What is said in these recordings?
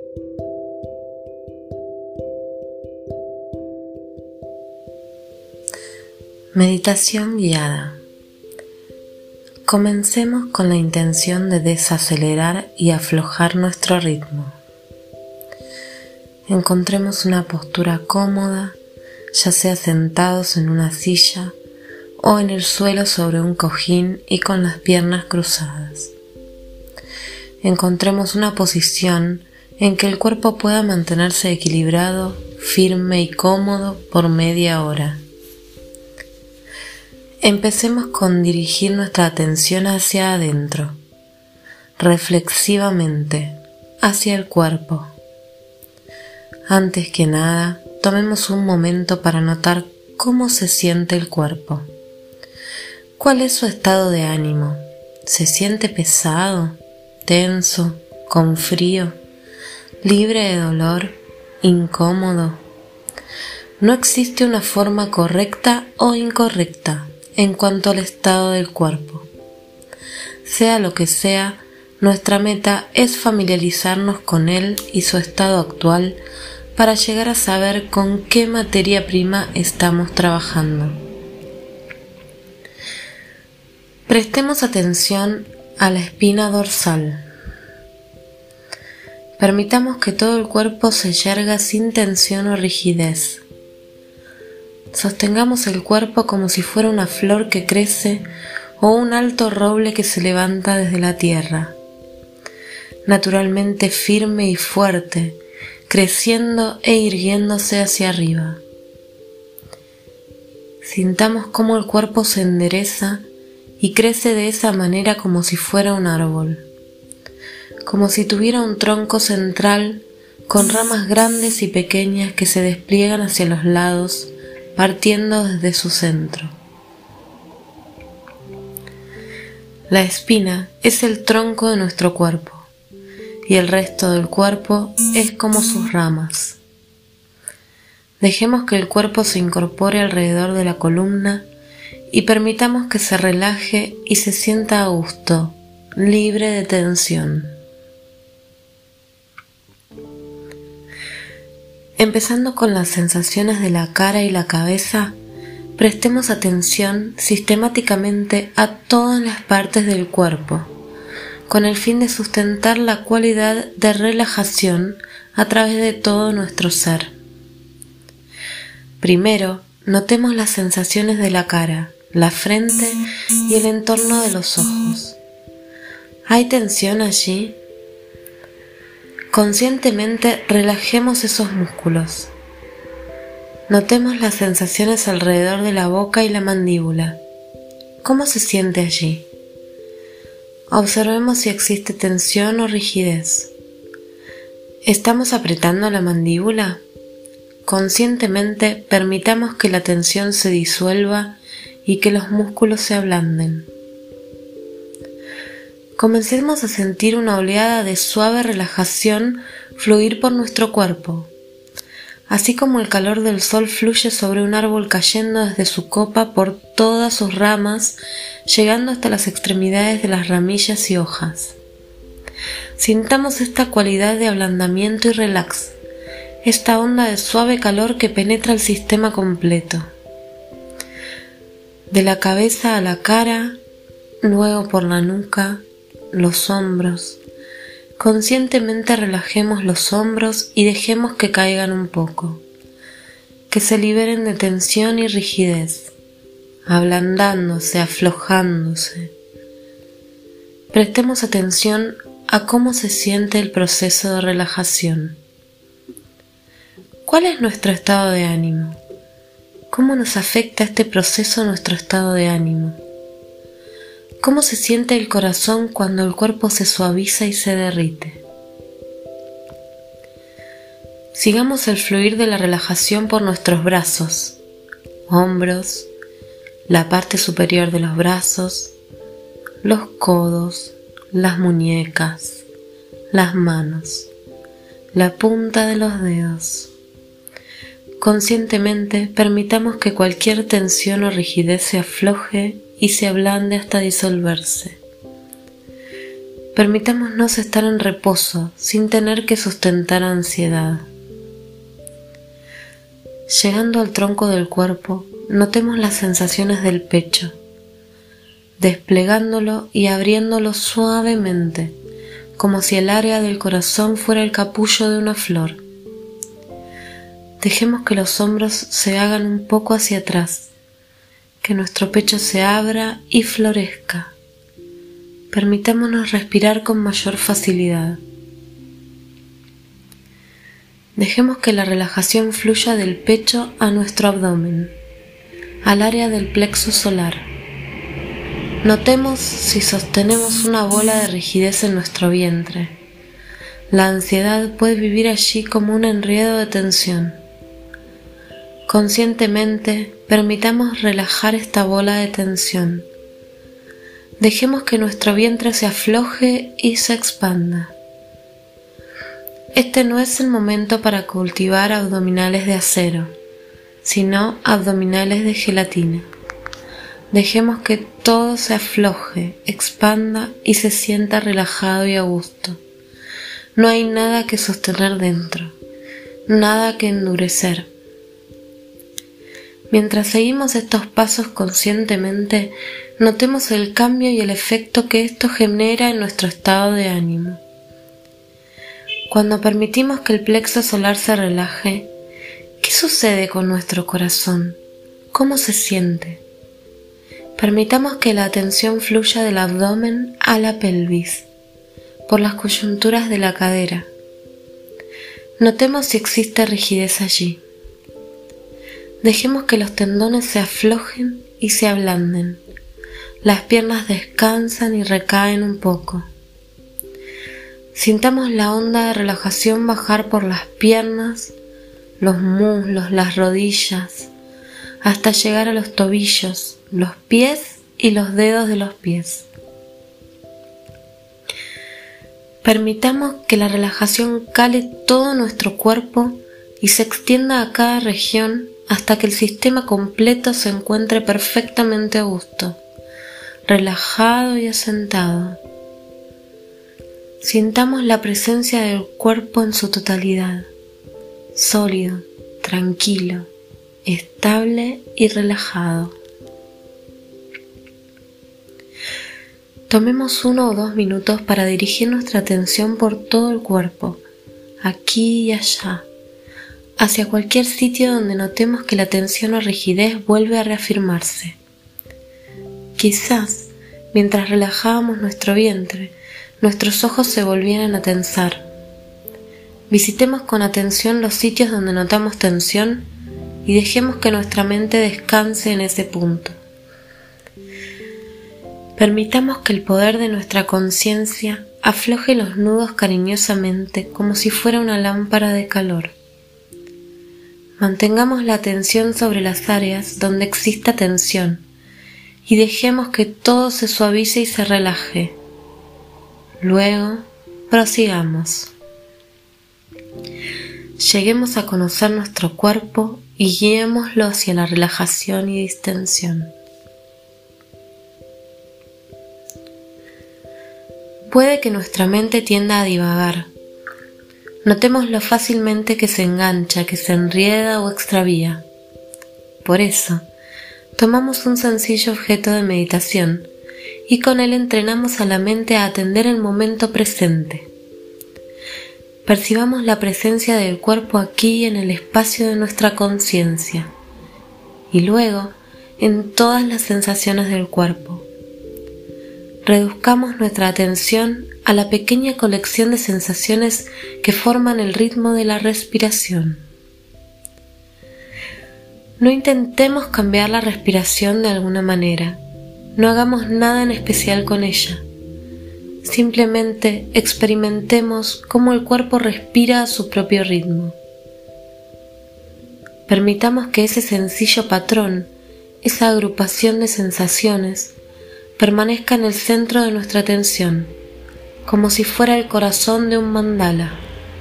Meditación guiada. Comencemos con la intención de desacelerar y aflojar nuestro ritmo. Encontremos una postura cómoda, ya sea sentados en una silla o en el suelo sobre un cojín y con las piernas cruzadas. Encontremos una posición en que el cuerpo pueda mantenerse equilibrado, firme y cómodo por media hora. Empecemos con dirigir nuestra atención hacia adentro, reflexivamente, hacia el cuerpo. Antes que nada, tomemos un momento para notar cómo se siente el cuerpo. ¿Cuál es su estado de ánimo? ¿Se siente pesado, tenso, con frío, libre de dolor, incómodo? No existe una forma correcta o incorrecta en cuanto al estado del cuerpo. Sea lo que sea, nuestra meta es familiarizarnos con él y su estado actual para llegar a saber con qué materia prima estamos trabajando. Prestemos atención a la espina dorsal. Permitamos que todo el cuerpo se yerga sin tensión o rigidez. Sostengamos el cuerpo como si fuera una flor que crece o un alto roble que se levanta desde la tierra, naturalmente firme y fuerte, creciendo e irguiéndose hacia arriba. Sintamos cómo el cuerpo se endereza y crece de esa manera como si fuera un árbol, como si tuviera un tronco central con ramas grandes y pequeñas que se despliegan hacia los lados, partiendo desde su centro. La espina es el tronco de nuestro cuerpo y el resto del cuerpo es como sus ramas. Dejemos que el cuerpo se incorpore alrededor de la columna y permitamos que se relaje y se sienta a gusto, libre de tensión. Empezando con las sensaciones de la cara y la cabeza, prestemos atención sistemáticamente a todas las partes del cuerpo, con el fin de sustentar la cualidad de relajación a través de todo nuestro ser. Primero, notemos las sensaciones de la cara, la frente y el entorno de los ojos. ¿Hay tensión allí? Conscientemente relajemos esos músculos. Notemos las sensaciones alrededor de la boca y la mandíbula. ¿Cómo se siente allí? Observemos si existe tensión o rigidez. ¿Estamos apretando la mandíbula? Conscientemente permitamos que la tensión se disuelva y que los músculos se ablanden. Comencemos a sentir una oleada de suave relajación fluir por nuestro cuerpo, así como el calor del sol fluye sobre un árbol cayendo desde su copa por todas sus ramas, llegando hasta las extremidades de las ramillas y hojas. Sintamos esta cualidad de ablandamiento y relax, esta onda de suave calor que penetra el sistema completo. De la cabeza a la cara, luego por la nuca, los hombros. Conscientemente relajemos los hombros y dejemos que caigan un poco, que se liberen de tensión y rigidez, ablandándose, aflojándose. Prestemos atención a cómo se siente el proceso de relajación. ¿Cuál es nuestro estado de ánimo? ¿Cómo nos afecta este proceso nuestro estado de ánimo? ¿Cómo se siente el corazón cuando el cuerpo se suaviza y se derrite? Sigamos el fluir de la relajación por nuestros brazos, hombros, la parte superior de los brazos, los codos, las muñecas, las manos, la punta de los dedos. Conscientemente permitamos que cualquier tensión o rigidez se afloje y se ablande hasta disolverse. permitámonos estar en reposo sin tener que sustentar ansiedad. Llegando al tronco del cuerpo, notemos las sensaciones del pecho, desplegándolo y abriéndolo suavemente, como si el área del corazón fuera el capullo de una flor. Dejemos que los hombros se hagan un poco hacia atrás, que nuestro pecho se abra y florezca. Permitámonos respirar con mayor facilidad. Dejemos que la relajación fluya del pecho a nuestro abdomen, al área del plexo solar. Notemos si sostenemos una bola de rigidez en nuestro vientre. La ansiedad puede vivir allí como un enredo de tensión. Conscientemente, permitamos relajar esta bola de tensión. Dejemos que nuestro vientre se afloje y se expanda. Este no es el momento para cultivar abdominales de acero, sino abdominales de gelatina. Dejemos que todo se afloje, expanda y se sienta relajado y a gusto. No hay nada que sostener dentro, nada que endurecer. Mientras seguimos estos pasos conscientemente, notemos el cambio y el efecto que esto genera en nuestro estado de ánimo. Cuando permitimos que el plexo solar se relaje, ¿qué sucede con nuestro corazón? ¿Cómo se siente? Permitamos que la atención fluya del abdomen a la pelvis, por las coyunturas de la cadera. Notemos si existe rigidez allí. Dejemos que los tendones se aflojen y se ablanden. Las piernas descansan y recaen un poco. Sintamos la onda de relajación bajar por las piernas, los muslos, las rodillas, hasta llegar a los tobillos, los pies y los dedos de los pies. Permitamos que la relajación cale todo nuestro cuerpo y se extienda a cada región hasta que el sistema completo se encuentre perfectamente a gusto, relajado y asentado. Sintamos la presencia del cuerpo en su totalidad, sólido, tranquilo, estable y relajado. Tomemos 1 o 2 minutos para dirigir nuestra atención por todo el cuerpo, aquí y allá, hacia cualquier sitio donde notemos que la tensión o rigidez vuelve a reafirmarse. Quizás, mientras relajábamos nuestro vientre, nuestros ojos se volvieran a tensar. Visitemos con atención los sitios donde notamos tensión y dejemos que nuestra mente descanse en ese punto. Permitamos que el poder de nuestra conciencia afloje los nudos cariñosamente como si fuera una lámpara de calor. Mantengamos la atención sobre las áreas donde exista tensión y dejemos que todo se suavice y se relaje. Luego, prosigamos. Lleguemos a conocer nuestro cuerpo y guiémoslo hacia la relajación y distensión. Puede que nuestra mente tienda a divagar. Notémoslo fácilmente que se engancha, que se enrieda o extravía. Por eso, tomamos un sencillo objeto de meditación y con él entrenamos a la mente a atender el momento presente. Percibamos la presencia del cuerpo aquí en el espacio de nuestra conciencia y luego en todas las sensaciones del cuerpo. Reduzcamos nuestra atención a la pequeña colección de sensaciones que forman el ritmo de la respiración. No intentemos cambiar la respiración de alguna manera, no hagamos nada en especial con ella. Simplemente experimentemos cómo el cuerpo respira a su propio ritmo. Permitamos que ese sencillo patrón, esa agrupación de sensaciones, permanezca en el centro de nuestra atención, como si fuera el corazón de un mandala.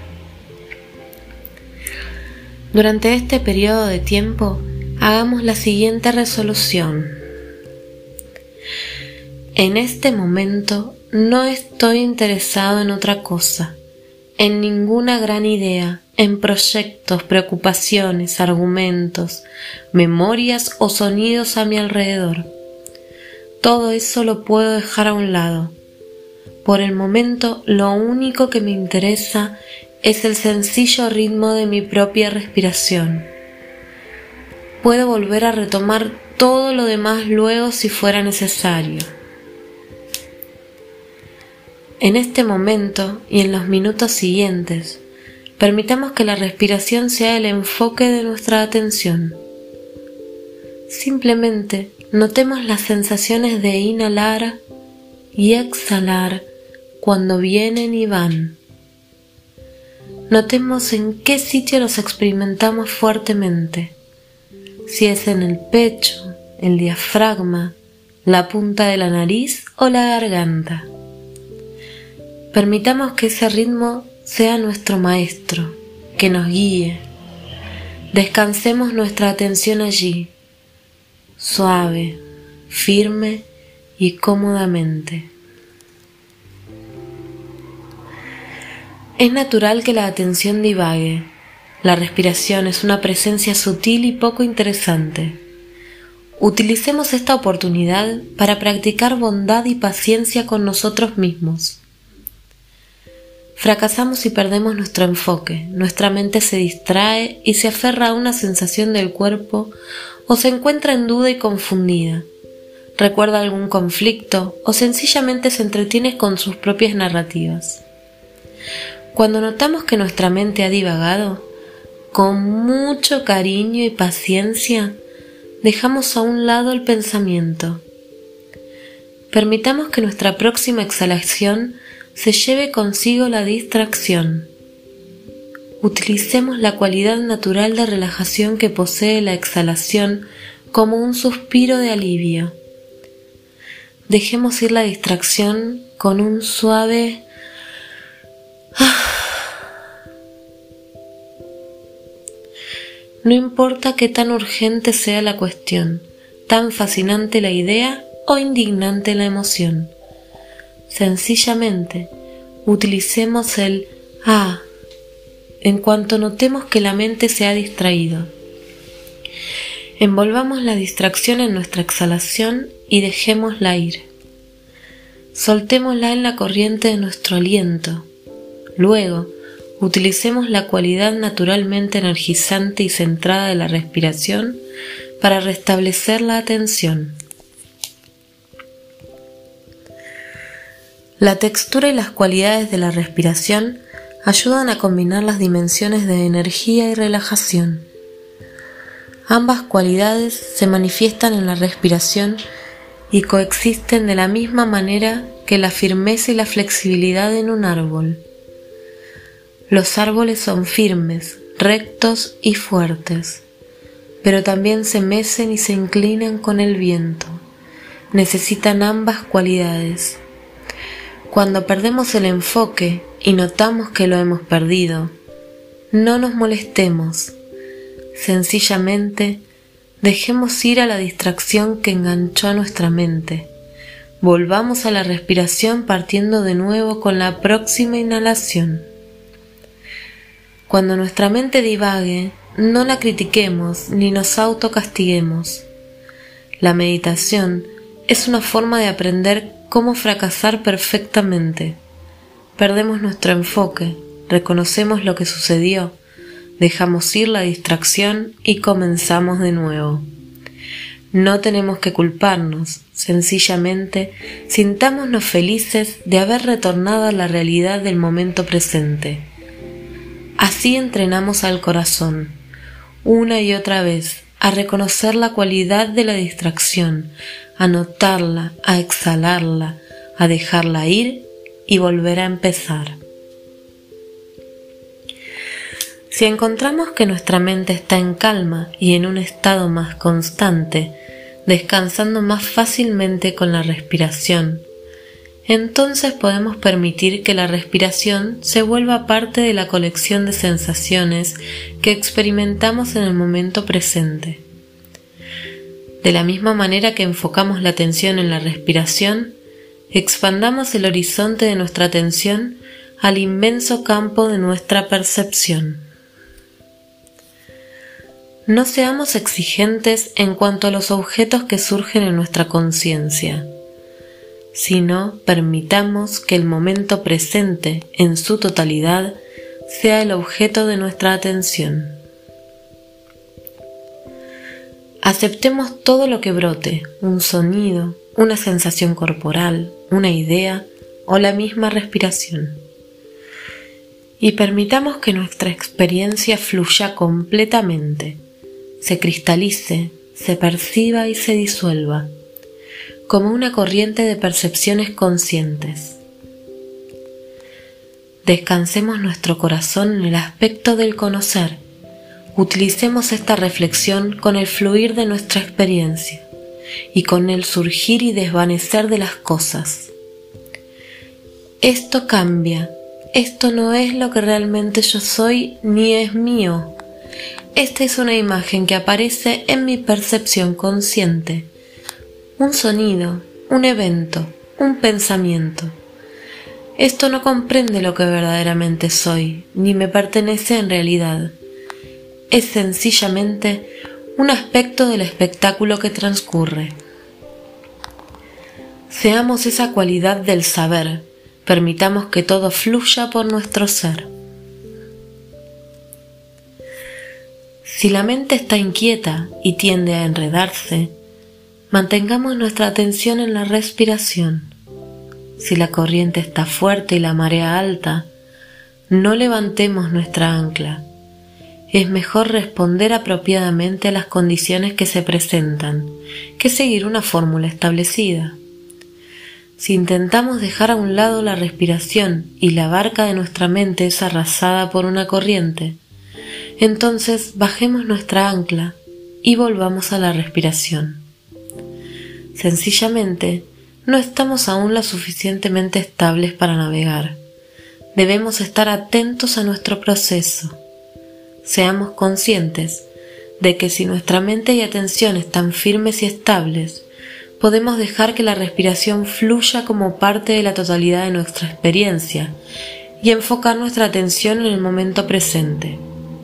Durante este periodo de tiempo, hagamos la siguiente resolución. En este momento no estoy interesado en otra cosa, en ninguna gran idea, en proyectos, preocupaciones, argumentos, memorias o sonidos a mi alrededor. Todo eso lo puedo dejar a un lado. Por el momento, lo único que me interesa es el sencillo ritmo de mi propia respiración. Puedo volver a retomar todo lo demás luego si fuera necesario. En este momento y en los minutos siguientes, permitamos que la respiración sea el enfoque de nuestra atención. Simplemente notemos las sensaciones de inhalar y exhalar cuando vienen y van. Notemos en qué sitio los experimentamos fuertemente, si es en el pecho, el diafragma, la punta de la nariz o la garganta. Permitamos que ese ritmo sea nuestro maestro, que nos guíe. Descansemos nuestra atención allí, suave, firme y cómodamente. Es natural que la atención divague. La respiración es una presencia sutil y poco interesante. Utilicemos esta oportunidad para practicar bondad y paciencia con nosotros mismos. Fracasamos si perdemos nuestro enfoque, nuestra mente se distrae y se aferra a una sensación del cuerpo o se encuentra en duda y confundida, recuerda algún conflicto o sencillamente se entretiene con sus propias narrativas. Cuando notamos que nuestra mente ha divagado, con mucho cariño y paciencia, dejamos a un lado el pensamiento. Permitamos que nuestra próxima exhalación se lleve consigo la distracción. Utilicemos la cualidad natural de relajación que posee la exhalación como un suspiro de alivio. Dejemos ir la distracción con un suave No importa qué tan urgente sea la cuestión, tan fascinante la idea o indignante la emoción. Sencillamente, utilicemos el en cuanto notemos que la mente se ha distraído. Envolvamos la distracción en nuestra exhalación y dejémosla ir. Soltémosla en la corriente de nuestro aliento. Luego, utilicemos la cualidad naturalmente energizante y centrada de la respiración para restablecer la atención. La textura y las cualidades de la respiración ayudan a combinar las dimensiones de energía y relajación. Ambas cualidades se manifiestan en la respiración y coexisten de la misma manera que la firmeza y la flexibilidad en un árbol. Los árboles son firmes, rectos y fuertes, pero también se mecen y se inclinan con el viento. Necesitan ambas cualidades. Cuando perdemos el enfoque y notamos que lo hemos perdido, no nos molestemos. Sencillamente, dejemos ir a la distracción que enganchó a nuestra mente. Volvamos a la respiración partiendo de nuevo con la próxima inhalación. Cuando nuestra mente divague, no la critiquemos ni nos autocastiguemos. La meditación es una forma de aprender cómo fracasar perfectamente. Perdemos nuestro enfoque, reconocemos lo que sucedió, dejamos ir la distracción y comenzamos de nuevo. No tenemos que culparnos, sencillamente sintámonos felices de haber retornado a la realidad del momento presente. Así entrenamos al corazón, una y otra vez, a reconocer la cualidad de la distracción, a notarla, a exhalarla, a dejarla ir y volver a empezar. Si encontramos que nuestra mente está en calma y en un estado más constante, descansando más fácilmente con la respiración, entonces podemos permitir que la respiración se vuelva parte de la colección de sensaciones que experimentamos en el momento presente. De la misma manera que enfocamos la atención en la respiración, Expandamos el horizonte de nuestra atención al inmenso campo de nuestra percepción. No seamos exigentes en cuanto a los objetos que surgen en nuestra conciencia, sino permitamos que el momento presente en su totalidad sea el objeto de nuestra atención. Aceptemos todo lo que brote, un sonido, una sensación corporal, una idea o la misma respiración. Y permitamos que nuestra experiencia fluya completamente, se cristalice, se perciba y se disuelva, como una corriente de percepciones conscientes. Descansemos nuestro corazón en el aspecto del conocer. Utilicemos esta reflexión con el fluir de nuestra experiencia y con el surgir y desvanecer de las cosas. Esto cambia, esto no es lo que realmente yo soy ni es mío. Esta es una imagen que aparece en mi percepción consciente, un sonido, un evento, un pensamiento. Esto no comprende lo que verdaderamente soy, ni me pertenece en realidad. Es sencillamente un aspecto del espectáculo que transcurre. Seamos esa cualidad del saber, permitamos que todo fluya por nuestro ser. Si la mente está inquieta y tiende a enredarse, mantengamos nuestra atención en la respiración. Si la corriente está fuerte y la marea alta, no levantemos nuestra ancla. Es mejor responder apropiadamente a las condiciones que se presentan que seguir una fórmula establecida. Si intentamos dejar a un lado la respiración y la barca de nuestra mente es arrasada por una corriente, entonces bajemos nuestra ancla y volvamos a la respiración. Sencillamente, no estamos aún lo suficientemente estables para navegar. Debemos estar atentos a nuestro proceso. Seamos conscientes de que si nuestra mente y atención están firmes y estables, podemos dejar que la respiración fluya como parte de la totalidad de nuestra experiencia y enfocar nuestra atención en el momento presente.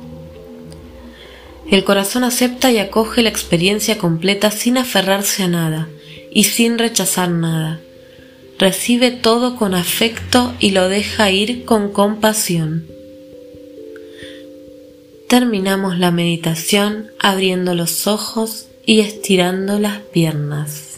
El corazón acepta y acoge la experiencia completa sin aferrarse a nada y sin rechazar nada. Recibe todo con afecto y lo deja ir con compasión. Terminamos la meditación abriendo los ojos y estirando las piernas.